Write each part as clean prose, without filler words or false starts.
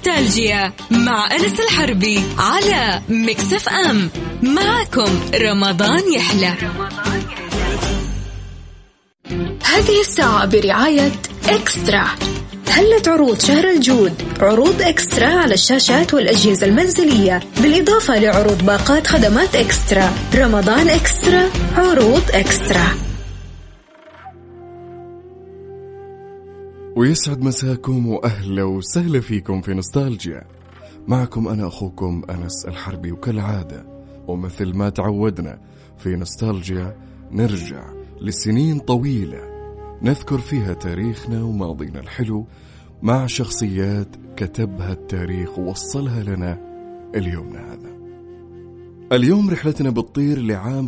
نوستالجيا مع أنس الحربي على ميكس اف ام. معكم رمضان يحلى. هذه الساعة برعاية إكسترا. هلت عروض شهر الجود، عروض إكسترا على الشاشات والأجهزة المنزلية، بالإضافة لعروض باقات خدمات إكسترا. رمضان إكسترا، عروض إكسترا. ويسعد مساكم وأهلا وسهلا فيكم في نوستالجيا. معكم أنا أخوكم أنس الحربي، وكالعادة ومثل ما تعودنا في نوستالجيا نرجع لسنين طويلة نذكر فيها تاريخنا وماضينا الحلو مع شخصيات كتبها التاريخ ووصلها لنا اليومنا هذا. اليوم رحلتنا بتطير لعام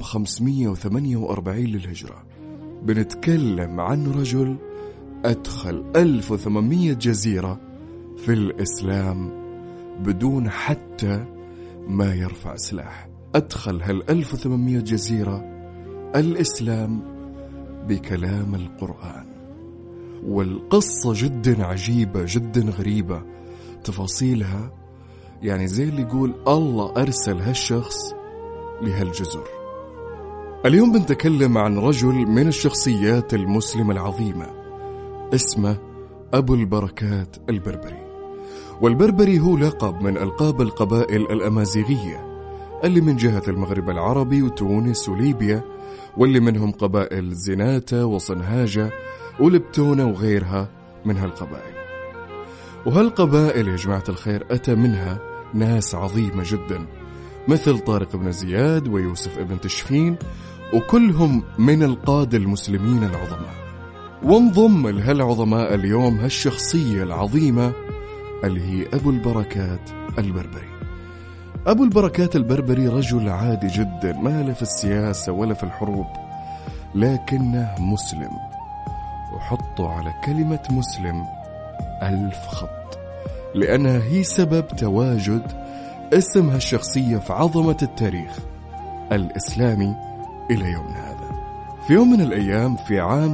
548 للهجرة. بنتكلم عن رجل أدخل 1800 جزيرة في الإسلام بدون حتى ما يرفع سلاح. أدخل هال 1800 جزيرة الإسلام بكلام القرآن. والقصة جدا عجيبة جدا غريبة، تفاصيلها يعني زي اللي يقول الله أرسل هالشخص لهالجزر. اليوم بنتكلم عن رجل من الشخصيات المسلمة العظيمة اسمه أبو البركات البربري. والبربري هو لقب من ألقاب القبائل الأمازيغية اللي من جهة المغرب العربي وتونس وليبيا، واللي منهم قبائل زناتة وصنهاجة ولبتونة وغيرها من هالقبائل. وهالقبائل يا جماعة الخير أتى منها ناس عظيمة جدا مثل طارق بن زياد ويوسف ابن تشفين، وكلهم من القادة المسلمين العظماء. وانضم لهالعظماء اليوم هالشخصية العظيمة اللي هي أبو البركات البربري. أبو البركات البربري رجل عادي جدا، ما له في السياسة ولا في الحروب، لكنه مسلم. وحطوا على كلمة مسلم 1000 خط، لأنها هي سبب تواجد اسم هالشخصية في عظمة التاريخ الإسلامي إلى يومنا هذا. في يوم من الأيام في عام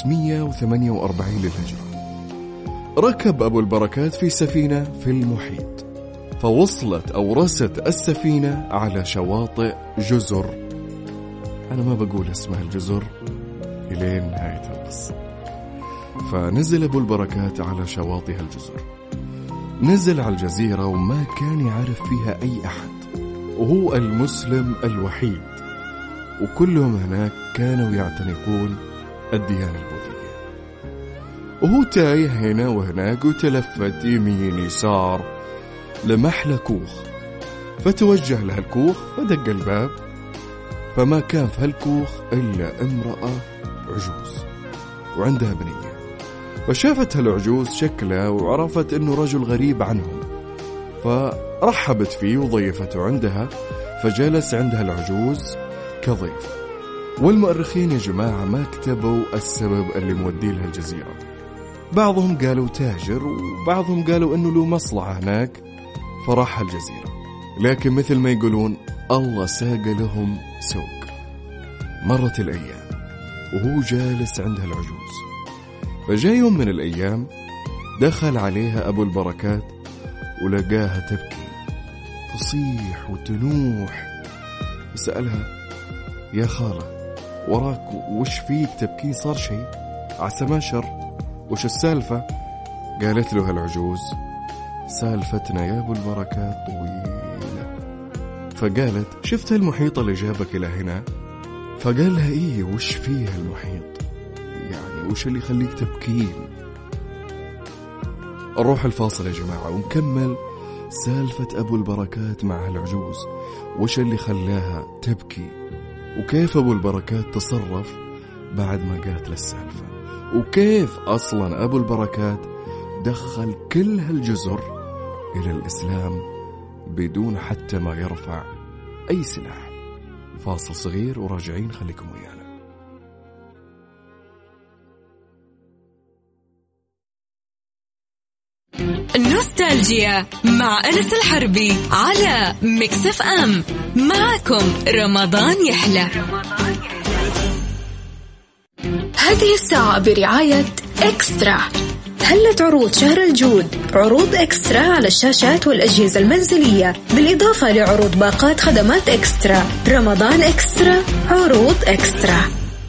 548 للهجرة ركب أبو البركات في سفينة في المحيط، فوصلت أو رست السفينة على شواطئ جزر. أنا ما بقول اسمها الجزر إلين نهاية القصة. فنزل أبو البركات على شواطئ الجزر، نزل على الجزيرة وما كان يعرف فيها أي أحد، وهو المسلم الوحيد، وكلهم هناك كانوا يعتنقون الديانة البوذية. وهو تايه هنا وهناك وتلفت يمين يسار لمحل كوخ، فتوجه لهالكوخ فدق الباب، فما كان في هالكوخ إلا امرأة عجوز وعندها بنية. فشافت هالعجوز شكله وعرفت إنه رجل غريب عنهم، فرحبت فيه وضيفته عندها، فجلس عندها العجوز كضيف. والمؤرخين يا جماعة ما كتبوا السبب اللي مودي لها الجزيرة. بعضهم قالوا تاجر، وبعضهم قالوا إنه له مصلحة هناك فراح الجزيرة. لكن مثل ما يقولون الله ساق لهم سوق. مرت الأيام وهو جالس عندها العجوز، فجاء يوم من الأيام دخل عليها أبو البركات ولقاها تبكي تصيح وتنوح. سألها يا خالة وراك وش فيك تبكي؟ صار شيء؟ عسى ما شر، وش السالفة؟ قالت له العجوز سالفتنا يا أبو البركات طويلة. فقالت شفت المحيط اللي جابك إلى هنا؟ فقال لها إيه وش فيها المحيط؟ يعني وش اللي يخليك تبكين؟ نروح الفاصل يا جماعة ونكمل سالفة أبو البركات مع العجوز، وش اللي خلاها تبكي، وكيف أبو البركات تصرف بعد ما قالت للسالفة، وكيف أصلا أبو البركات دخل كل هالجزر إلى الإسلام بدون حتى ما يرفع أي سلاح. فاصل صغير وراجعين، خليكم ويانا. نوستالجيا مع أنس الحربي على ميكس اف ام. معكم رمضان يحلى. هذه الساعة برعاية إكسترا. هلت عروض شهر الجود، عروض إكسترا على الشاشات والأجهزة المنزلية، بالإضافة لعروض باقات خدمات إكسترا. رمضان إكسترا، عروض إكسترا.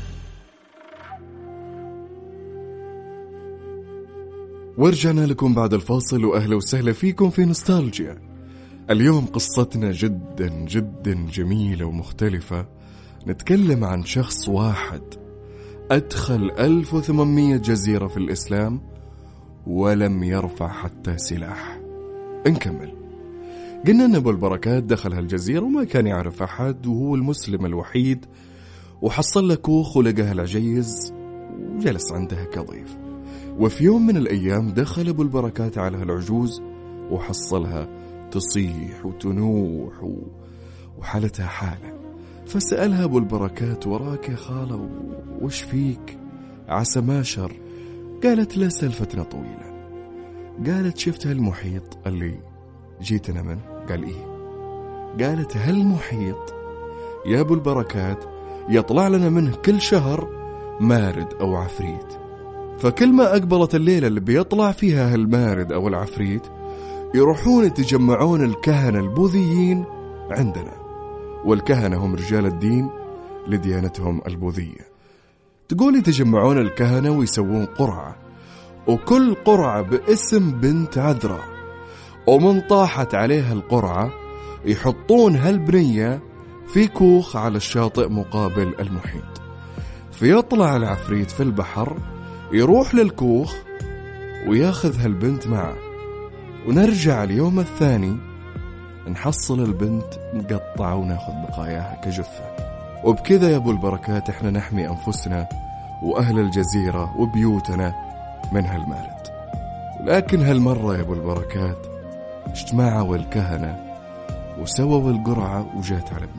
ورجعنا لكم بعد الفاصل، وأهلا وسهلا فيكم في نوستالجيا. اليوم قصتنا جدا جدا جميلة ومختلفة. نتكلم عن شخص واحد أدخل 1800 جزيرة في الإسلام ولم يرفع حتى سلاح. نكمل. قلنا أن أبو البركات دخل هالجزيرة وما كان يعرف أحد، وهو المسلم الوحيد، وحصل له كوخ ولقاها العجيز وجلس عندها كضيف. وفي يوم من الأيام دخل أبو البركات على هالعجوز وحصلها تصيح وتنوح وحالتها حالة. فسألها أبو البركات: وراك يا خالة، وش فيك؟ عسى ما شر. قالت: لا، سلفتنا طويلة. قالت: شفت هالمحيط اللي جيتنا منه؟ قال: إيه. قالت: هالمحيط يا أبو البركات يطلع لنا منه كل شهر مارد أو عفريت، فكل ما أقبلت الليلة اللي بيطلع فيها هالمارد أو العفريت يروحون يتجمعون الكهنة البوذيين عندنا، والكهنة هم رجال الدين لديانتهم البوذية. تقول يتجمعون الكهنة ويسوون قرعة، وكل قرعة باسم بنت عذراء، ومن طاحت عليها القرعة يحطون هالبنية في كوخ على الشاطئ مقابل المحيط. فيطلع العفريت في البحر، يروح للكوخ وياخذ هالبنت معه، ونرجع اليوم الثاني نحصل البنت مقطعة وناخذ بقاياها كجثة. وبكذا يا أبو البركات احنا نحمي أنفسنا وأهل الجزيرة وبيوتنا من هالمارد. لكن هالمرة يا أبو البركات اجتمعوا الكهنة وسووا القرعة، وجات على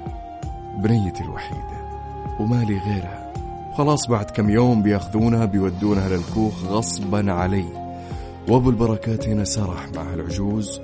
بنيتي الوحيدة ومالي غيرها. خلاص بعد كم يوم بياخذونها بيودونها للكوخ غصبا علي. وأبو البركات هنا سرح مع هالعجوز،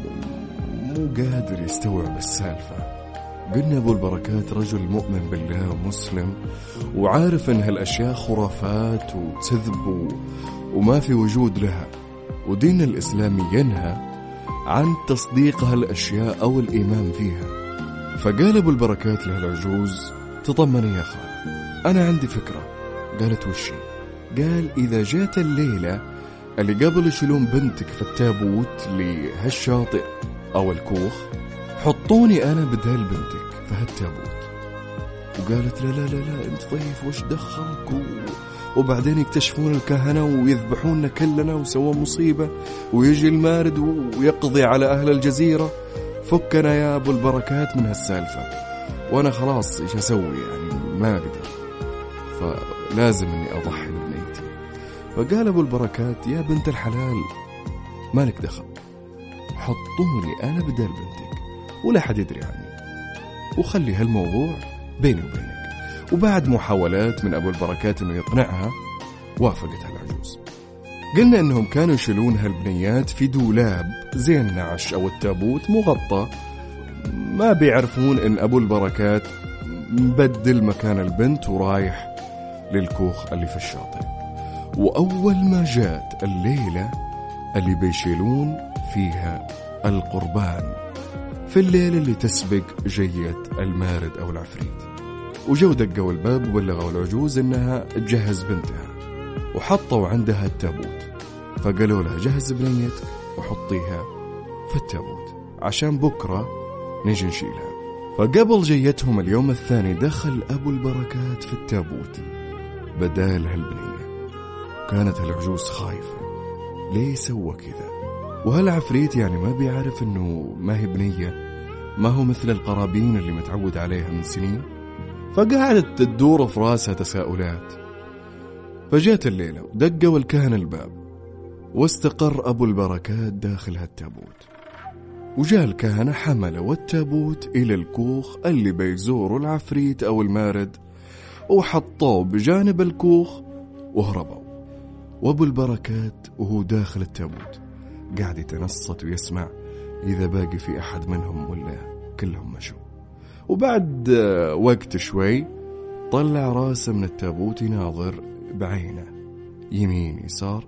مو قادر يستوعب السالفة. قلنا أبو البركات رجل مؤمن بالله ومسلم، وعارف أن هالأشياء خرافات وكذب وما في وجود لها، ودين الإسلام ينهى عن تصديق هالأشياء أو الإيمان فيها. فقال أبو البركات لهالعجوز: تطمني يا خالة، أنا عندي فكرة. قالت: وشي؟ قال: إذا جات الليلة اللي قبل يشيلون بنتك في التابوت لهالشاطئ أو الكوخ، حطوني أنا بدال بنتك في هالتابوت. وقالت: لا لا لا لا، أنت ضيف، وش دخلك؟ وبعدين يكتشفون الكهنة ويذبحوننا كلنا وسووا مصيبة، ويجي المارد ويقضي على أهل الجزيرة. فكنا يا أبو البركات من هالسالفة، وأنا خلاص إيش أسوي يعني، ما أقدر، فلازم أني أضحي ببنيتي. فقال أبو البركات: يا بنت الحلال مالك دخل، حطوني أنا بدل بنتك ولا حد يدري عني، وخلي هالموضوع بيني وبينك. وبعد محاولات من أبو البركات أنه يقنعها، وافقت هالعجوز. قلنا أنهم كانوا يشيلون هالبنيات في دولاب زي النعش أو التابوت مغطى، ما بيعرفون أن أبو البركات مبدل مكان البنت ورايح للكوخ اللي في الشاطئ. وأول ما جات الليلة اللي بيشيلون فيها القربان، في الليلة اللي تسبق جية المارد أو العفريت، وجو دقوا الباب وبلغوا العجوز إنها تجهز بنتها، وحطوا عندها التابوت. فقالوا لها: جهز بنيتك وحطيها في التابوت عشان بكرة نجي نشيلها. فقبل جيتهم اليوم الثاني دخل أبو البركات في التابوت بدال هالبنية. كانت العجوز خايفة، ليه سوى كذا؟ وهالعفريت يعني ما بيعرف إنه ما هي بنية، ما هو مثل القرابين اللي متعود عليها من سنين. فقعدت تدور في راسها تساؤلات. فجات الليلة ودقوا الكهنة الباب، واستقر أبو البركات داخل هالتابوت. وجاء الكهنة حملوا التابوت إلى الكوخ اللي بيزوروا العفريت أو المارد، وحطوه بجانب الكوخ وهربوا. وأبو البركات وهو داخل التابوت قاعد يتنصت ويسمع إذا باقي في أحد منهم ولا كلهم مشوا. وبعد وقت شوي طلع راسه من التابوت يناظر بعينه يمين يسار،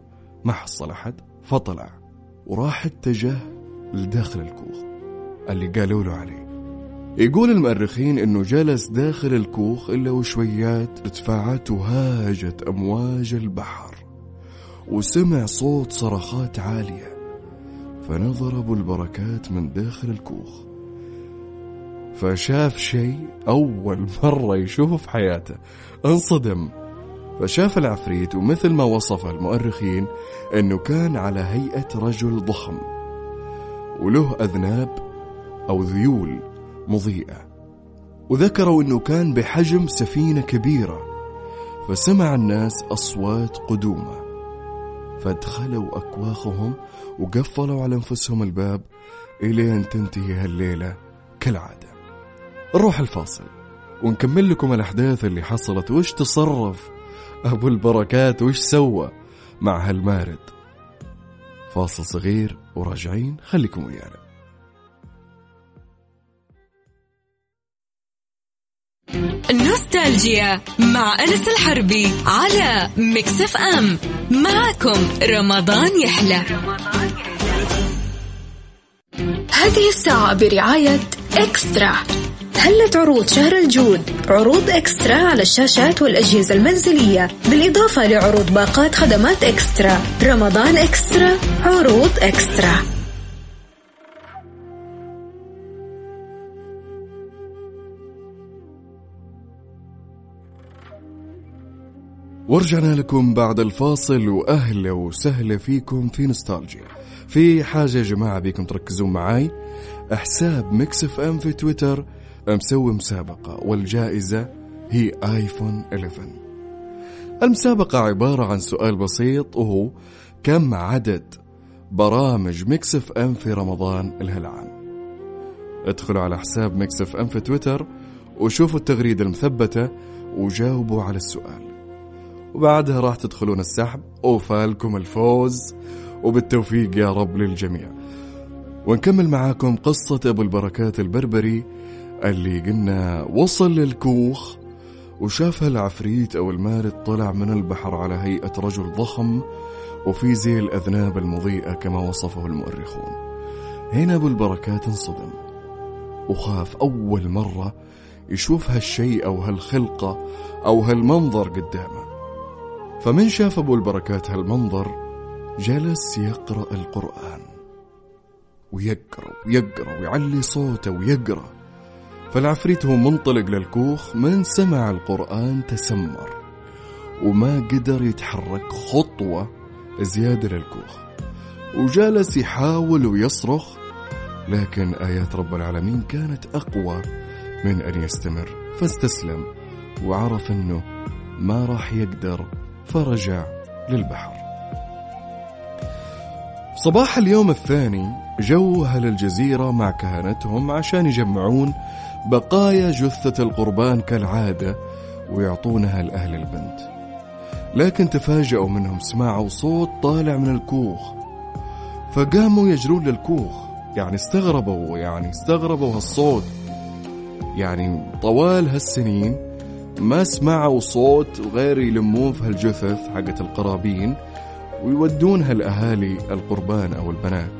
ما حصل أحد، فطلع وراح اتجه لداخل الكوخ اللي قالوا له عليه. يقول المؤرخين إنه جلس داخل الكوخ إلا وشويات ارتفعت وهاجت أمواج البحر، وسمع صوت صرخات عالية. فنظر أبو البركات من داخل الكوخ فشاف شيء أول مرة يشوفه في حياته، انصدم. فشاف العفريت، ومثل ما وصف المؤرخين أنه كان على هيئة رجل ضخم وله أذناب أو ذيول مضيئة، وذكروا أنه كان بحجم سفينة كبيرة. فسمع الناس أصوات قدومة، فادخلوا أكواخهم وقفلوا على أنفسهم الباب إلين تنتهي هالليلة كالعادة. نروح الفاصل ونكمل لكم الأحداث اللي حصلت، وش تصرف أبو البركات وش سوى مع هالمارد. فاصل صغير وراجعين، خليكم ويانا. نوستالجيا مع أنس الحربي على ميكس اف ام. معكم رمضان يحلى. هذه الساعة برعاية إكسترا. هلت عروض شهر الجود، عروض إكسترا على الشاشات والأجهزة المنزلية، بالإضافة لعروض باقات خدمات إكسترا. رمضان إكسترا، عروض إكسترا. ورجعنا لكم بعد الفاصل، وأهلا وسهلا فيكم في نوستالجيا. في حاجة يا جماعة بيكم تركزون معاي، حساب ميكس اف ام في تويتر مسوي مسابقة، والجائزة هي آيفون 11. المسابقة عبارة عن سؤال بسيط، وهو كم عدد برامج ميكس اف ام في رمضان الهالعام. ادخلوا على حساب ميكس اف ام في تويتر وشوفوا التغريدة المثبتة وجاوبوا على السؤال، وبعدها راح تدخلون السحب، وفالكم الفوز وبالتوفيق يا رب للجميع. ونكمل معاكم قصة أبو البركات البربري اللي قلنا وصل للكوخ وشاف العفريت أو المارد طلع من البحر على هيئة رجل ضخم وفي زي الأذناب المضيئة كما وصفه المؤرخون. هنا أبو البركات انصدم وخاف، أول مرة يشوف هالشيء أو هالخلقة أو هالمنظر قدامه. فمن شاف أبو البركات هالمنظر جلس يقرأ القرآن، ويقرأ ويعلي صوته ويقرأ. فالعفريت هو منطلق للكوخ من سمع القرآن تسمر وما قدر يتحرك خطوة زيادة للكوخ، وجالس يحاول ويصرخ، لكن آيات رب العالمين كانت أقوى من أن يستمر، فاستسلم وعرف أنه ما راح يقدر، فرجع للبحر. صباح اليوم الثاني جو أهل الجزيرة مع كهنتهم عشان يجمعون بقايا جثة القربان كالعادة ويعطونها لأهل البنت، لكن تفاجأوا منهم، سمعوا صوت طالع من الكوخ فقاموا يجرون للكوخ. استغربوا هالصوت، طوال هالسنين ما سمعوا صوت غير يلمون في هالجثث حقت القرابين ويودونها الأهالي القربان أو البنات.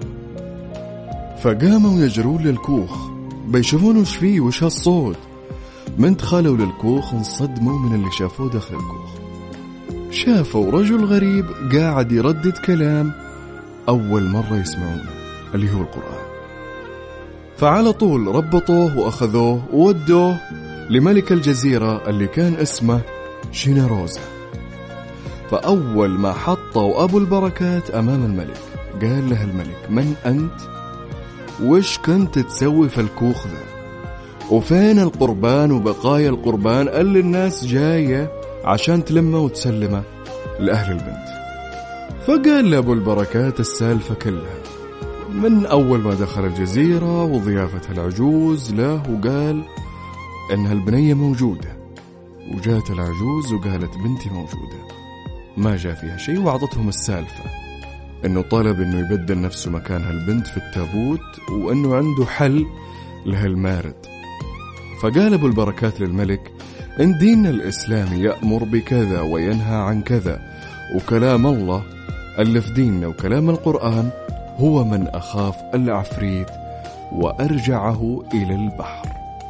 فقاموا يجرون للكوخ بيشوفون وش فيه وش هالصوت. من دخلوا للكوخ انصدموا من اللي شافوه داخل الكوخ. شافوا رجل غريب قاعد يردد كلام أول مرة يسمعونه اللي هو القرآن. فعلى طول ربطوه وأخذوه وودوه لملك الجزيرة اللي كان اسمه شيناروزا. فأول ما حطوا أبو البركات أمام الملك قال له الملك: من أنت؟ وش كنت تسوي في الكوخ ذا؟ وفين القربان وبقايا القربان اللي الناس جاية عشان تلمه وتسلمه لأهل البنت؟ فقال لأبو البركات السالفة كلها من أول ما دخل الجزيرة وضيافة العجوز له، وقال إن هالبنية موجودة، وجات العجوز وقالت بنتي موجودة، ما جاء فيها شيء، وأعطتهم السالفة إنه طلب إنه يبدل نفسه مكان هالبنت في التابوت، وإنه عنده حل لهالمارد. فقال أبو البركات للملك: إن ديننا الإسلامي يأمر بكذا وينهى عن كذا، وكلام الله اللي في ديننا وكلام القرآن هو من أخاف العفريت وأرجعه إلى البحر.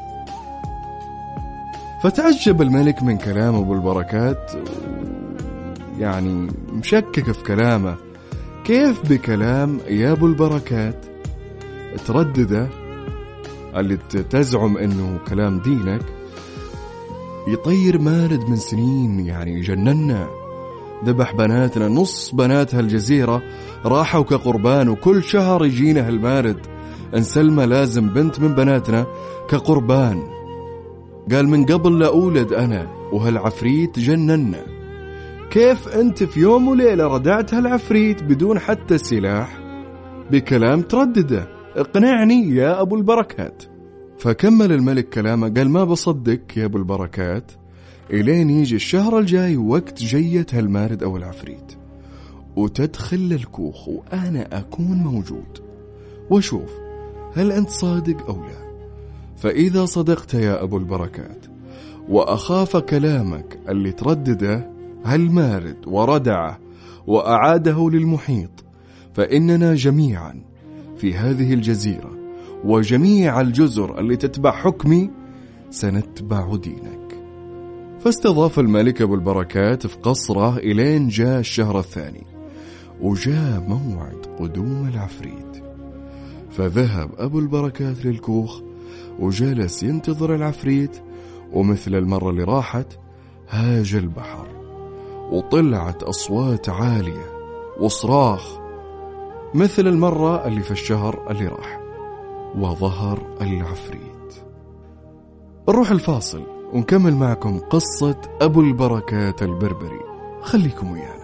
فتعجب الملك من كلام أبو البركات، يعني مشكك في كلامه. كيف بكلام يا أبو البركات تردده اللي تزعم أنه كلام دينك يطير مارد من سنين، يعني يجننا، ذبح بناتنا، نص بنات هالجزيرة راحوا كقربان، وكل شهر يجينا هالمارد انسلمى لازم بنت من بناتنا كقربان. قال من قبل لا أولد أنا وهالعفريت جننا. كيف أنت في يوم وليلة ردعت هالعفريت بدون حتى سلاح بكلام تردده؟ اقنعني يا أبو البركات. فكمل الملك كلامه، قال ما بصدق يا أبو البركات إلين يجي الشهر الجاي وقت جية هالمارد أو العفريت وتدخل الكوخ وأنا أكون موجود وشوف هل أنت صادق أو لا. فإذا صدقت يا أبو البركات وأخاف كلامك اللي تردده هالمارد وردعه وأعاده للمحيط، فإننا جميعا في هذه الجزيرة وجميع الجزر اللي تتبع حكمي سنتبع دينك. فاستضاف الملك أبو البركات في قصره إلين جاء الشهر الثاني وجاء موعد قدوم العفريت. فذهب أبو البركات للكوخ وجلس ينتظر العفريت، ومثل المرة اللي راحت هاج البحر وطلعت أصوات عالية وصراخ مثل المرة اللي في الشهر اللي راح، وظهر العفريت. نروح الفاصل ونكمل معكم قصة أبو البركات البربري، خليكم ويانا.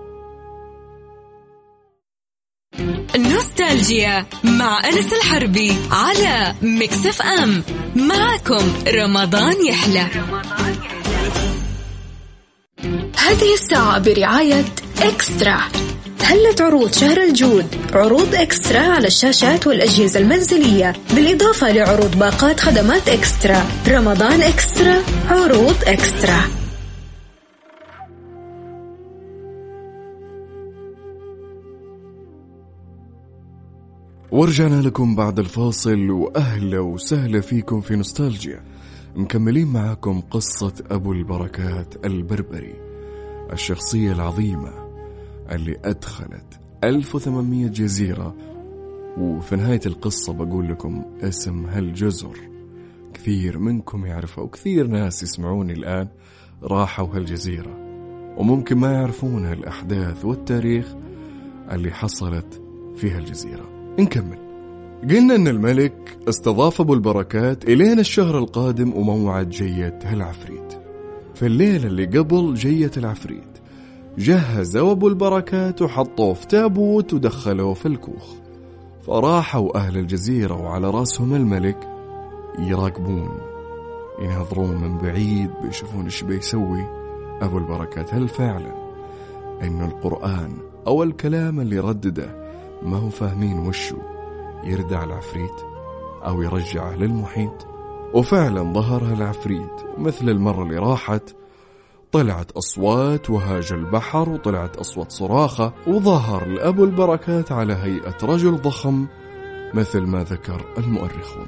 نوستالجيا مع أنس الحربي على ميكس اف ام. معكم رمضان يحلى. هذه الساعة برعاية إكسترا. هلت عروض شهر الجود، عروض إكسترا على الشاشات والأجهزة المنزلية، بالإضافة لعروض باقات خدمات إكسترا. رمضان إكسترا، عروض إكسترا. ورجعنا لكم بعد الفاصل، وأهلا وسهلا فيكم في نوستالجيا. مكملين معاكم قصة أبو البركات البربري، الشخصية العظيمة اللي أدخلت 1800 جزيرة. وفي نهاية القصة بقول لكم اسم هالجزر، كثير منكم يعرفها وكثير ناس يسمعوني الآن راحوا هالجزيرة وممكن ما يعرفون هالأحداث والتاريخ اللي حصلت في هالجزيرة. نكمل. قلنا أن الملك استضاف أبو البركات إلين الشهر القادم وموعد جية هالعفريت. في الليلة اللي قبل جية العفريت جهزوا أبو البركات وحطوه في تابوت ودخلوه في الكوخ. فراحوا أهل الجزيرة وعلى رأسهم الملك يراقبون، يناظرون من بعيد بيشوفون إيش بيسوي أبو البركات. هل فعلا إنه القرآن أو الكلام اللي ردده ما هو فاهمين وشو، يردع العفريت أو يرجعه للمحيط؟ وفعلا ظهر العفريت مثل المرة اللي راحت، طلعت أصوات وهاج البحر وطلعت أصوات صراخة، وظهر لأبو البركات على هيئة رجل ضخم مثل ما ذكر المؤرخون.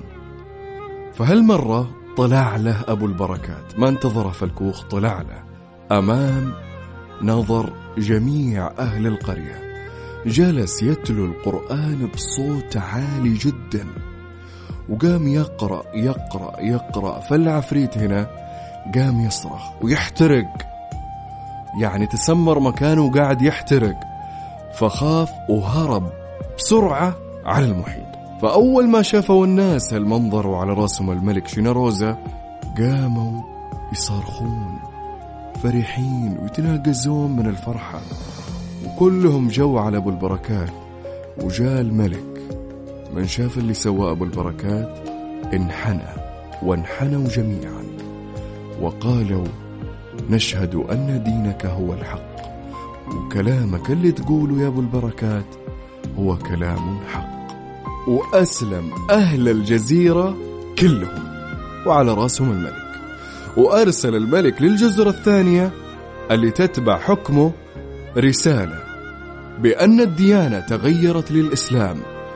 فهالمرة طلع له أبو البركات، ما انتظره في الكوخ، طلع له أمام نظر جميع أهل القرية. جلس يتلو القرآن بصوت عالي جدا وقام يقرأ يقرأ يقرأ. فالعفريت هنا قام يصرخ ويحترق، يعني تسمر مكانه وقاعد يحترق. فخاف وهرب بسرعة على المحيط. فأول ما شافوا الناس هالمنظر وعلى راسهم الملك شيناروزا قاموا يصارخون فرحين ويتناقزون من الفرحة، وكلهم جو على أبو البركات. وجاء الملك من شاف اللي سواه أبو البركات انحنى، وانحنوا جميعا وقالوا نشهد أن دينك هو الحق، وكلامك اللي تقوله يا أبو البركات هو كلام حق. وأسلم أهل الجزيرة كلهم وعلى رأسهم الملك. وأرسل الملك للجزر الثانية اللي تتبع حكمه رسالة بأن الديانة تغيرت للإسلام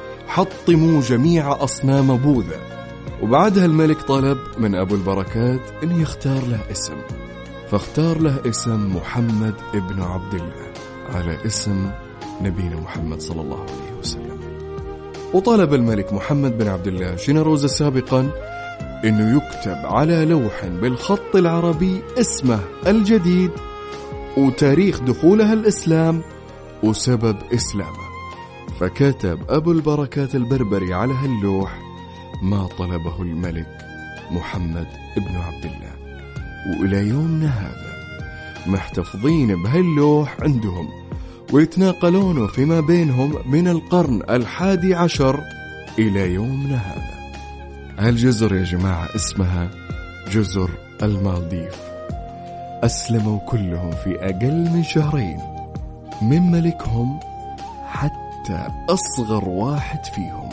حطموا جميع أصنام بوذا. وبعدها الملك طلب من أبو البركات أن يختار له اسم، فاختار له اسم محمد ابن عبد الله على اسم نبينا محمد صلى الله عليه وسلم. وطلب الملك محمد بن عبد الله شيناروزا سابقا أنه يكتب على لوح بالخط العربي اسمه الجديد وتاريخ دخولها الإسلام وسبب إسلامه، فكتب أبو البركات البربري على هاللوح ما طلبه الملك محمد ابن عبد الله. وإلى يومنا هذا محتفظين بهاللوح عندهم ويتناقلونه فيما بينهم من القرن 11 إلى يومنا هذا. هالجزر يا جماعة اسمها جزر المالديف. أسلموا كلهم في أقل من شهرين، من ملكهم حتى أصغر واحد فيهم.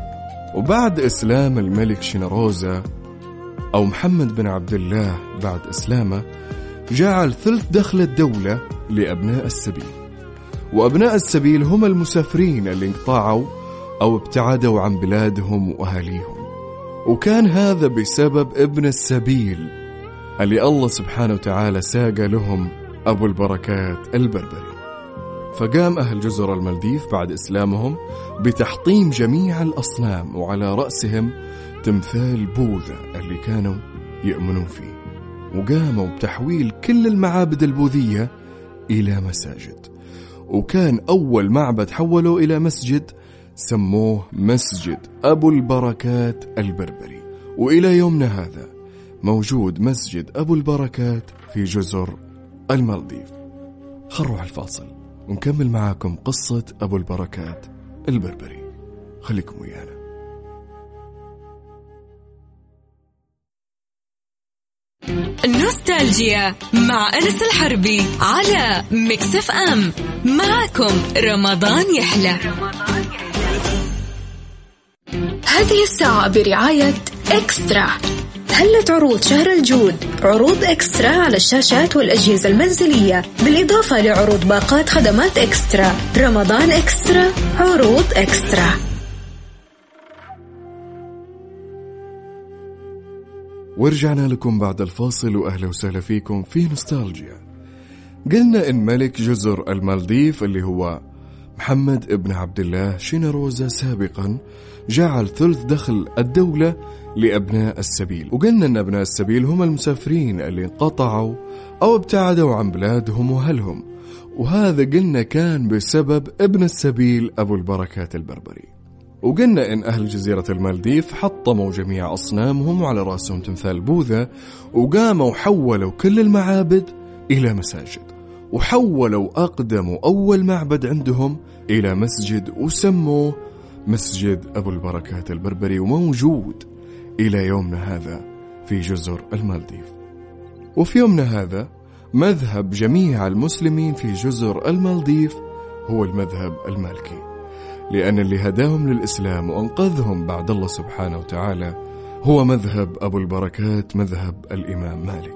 وبعد إسلام الملك شيناروزا أو محمد بن عبد الله بعد إسلامه جعل ثلث دخل الدولة لأبناء السبيل، وأبناء السبيل هم المسافرين اللي انقطعوا أو ابتعدوا عن بلادهم وأهاليهم. وكان هذا بسبب ابن السبيل اللي الله سبحانه وتعالى ساق لهم أبو البركات البربري. فقام أهل جزر المالديف بعد إسلامهم بتحطيم جميع الأصنام، وعلى رأسهم تمثال بوذا اللي كانوا يؤمنون فيه، وقاموا بتحويل كل المعابد البوذية إلى مساجد. وكان أول معبد حولوا إلى مسجد سموه مسجد أبو البركات البربري، وإلى يومنا هذا موجود مسجد أبو البركات في جزر المالديف. خلوا على الفاصل ونكمل معاكم قصة أبو البركات البربري، خليكم ويانا. نوستالجيا مع أنس الحربي على ميكس اف ام. معكم رمضان يحلى. هذه الساعة برعاية إكسترا. هلت عروض شهر الجود، عروض إكسترا على الشاشات والأجهزة المنزلية، بالإضافة لعروض باقات خدمات إكسترا. رمضان إكسترا، عروض إكسترا. ورجعنا لكم بعد الفاصل، وأهلا وسهلا فيكم في نوستالجيا. قلنا إن ملك جزر المالديف اللي هو محمد ابن عبد الله شيناروزا سابقا جعل ثلث دخل الدولة لأبناء السبيل، وقلنا أن أبناء السبيل هم المسافرين اللي انقطعوا أو ابتعدوا عن بلادهم وأهلهم، وهذا قلنا كان بسبب ابن السبيل أبو البركات البربري. وقلنا إن أهل جزيرة المالديف حطموا جميع أصنامهم وعلى رأسهم تمثال بوذا، وقاموا حولوا كل المعابد إلى مساجد، وحولوا أقدم أول معبد عندهم إلى مسجد وسموه مسجد أبو البركات البربري، وموجود إلى يومنا هذا في جزر المالديف. وفي يومنا هذا مذهب جميع المسلمين في جزر المالديف هو المذهب المالكي، لأن اللي هداهم للإسلام وأنقذهم بعد الله سبحانه وتعالى هو مذهب أبو البركات، مذهب الإمام مالك.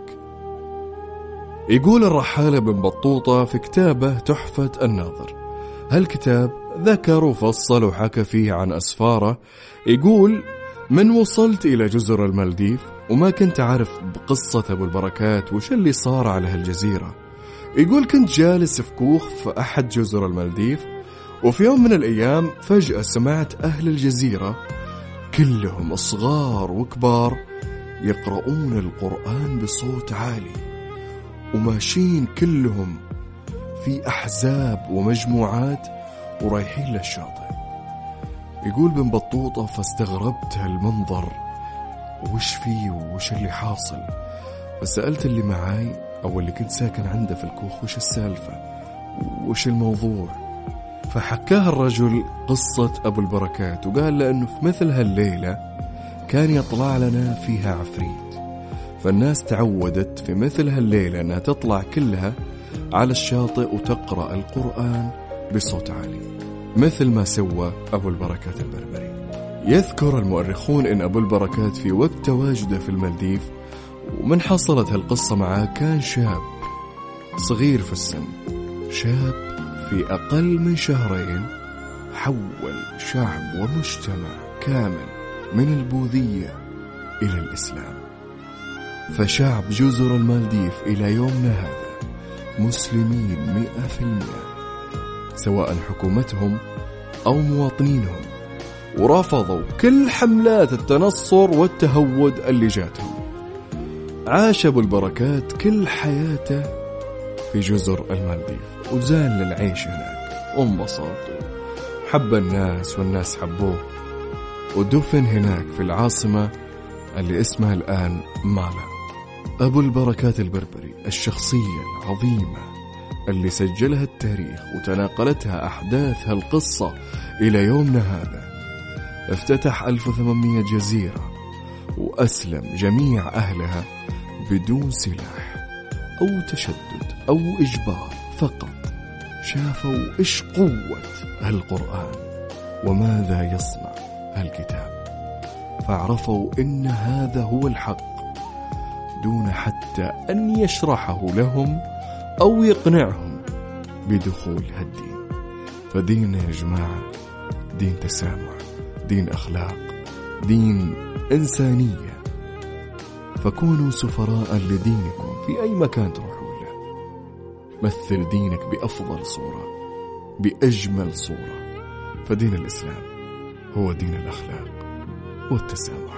يقول الرحالة بن بطوطة في كتابه تحفة الناظر، هالكتاب ذكر وفصل وحكى فيه عن أسفاره. يقول: من وصلت إلى جزر المالديف وما كنت أعرف بقصة أبو البركات وش اللي صار على هالجزيرة. يقول: كنت جالس في كوخ في أحد جزر المالديف، وفي يوم من الأيام فجأة سمعت أهل الجزيرة كلهم صغار وكبار يقرؤون القرآن بصوت عالي، وماشيين كلهم في أحزاب ومجموعات ورايحين للشاطئ. يقول بن بطوطة: فاستغربت هالمنظر وش فيه وش اللي حاصل، فسألت اللي معاي أو اللي كنت ساكن عنده في الكوخ وش السالفة وش الموضوع. فحكاها الرجل قصة أبو البركات، وقال لأنه في مثل هالليلة كان يطلع لنا فيها عفريت، فالناس تعودت في مثل هالليلة أنها تطلع كلها على الشاطئ وتقرأ القرآن بصوت عالي مثل ما سوى أبو البركات البربري. يذكر المؤرخون أن أبو البركات في وقت تواجده في المالديف ومن حصلت هالقصة معاه كان شاب صغير في السن، شاب في أقل من شهرين حول شعب ومجتمع كامل من البوذية إلى الإسلام. فشعب جزر المالديف إلى يومنا هذا مسلمين 100%، سواء حكومتهم أو مواطنينهم، ورفضوا كل حملات التنصر والتهود اللي جاتهم. عاش أبو البركات كل حياته في جزر المالديف، وزال للعيش هناك وانبسط وحب الناس والناس حبوه، ودفن هناك في العاصمة اللي اسمها الآن مالا. أبو البركات البربري الشخصية العظيمة اللي سجلها التاريخ وتناقلتها أحداثها القصة إلى يومنا هذا، افتتح 1800 جزيرة وأسلم جميع أهلها بدون سلاح أو تشدد أو إجبار، فقط شافوا إيش قوة هالقرآن وماذا يصنع هالكتاب، فعرفوا إن هذا هو الحق دون حتى أن يشرحه لهم أو يقنعهم بدخول هالدين. فدين يا جماعة دين تسامح، دين أخلاق، دين إنسانية. فكونوا سفراء لدينكم في أي مكان تروحوا له. مثل دينك بأفضل صورة، بأجمل صورة. فدين الإسلام هو دين الأخلاق والتسامح.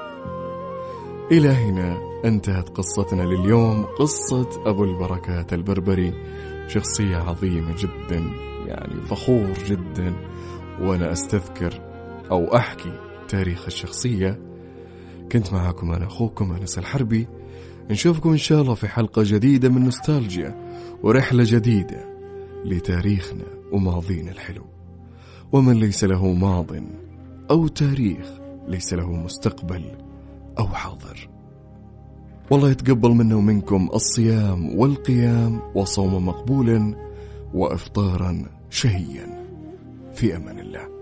إلى هنا انتهت قصتنا لليوم، قصة أبو البركات البربري، شخصية عظيمة جدا، يعني فخور جدا وأنا أستذكر أو أحكي تاريخ الشخصية. كنت معاكم أنا أخوكم أنس الحربي. نشوفكم إن شاء الله في حلقة جديدة من نوستالجيا ورحلة جديدة لتاريخنا وماضينا الحلو. ومن ليس له ماض أو تاريخ ليس له مستقبل أو حاضر. والله يتقبل منا ومنكم الصيام والقيام وصوم مقبولا وإفطارا شهيا. في أمان الله.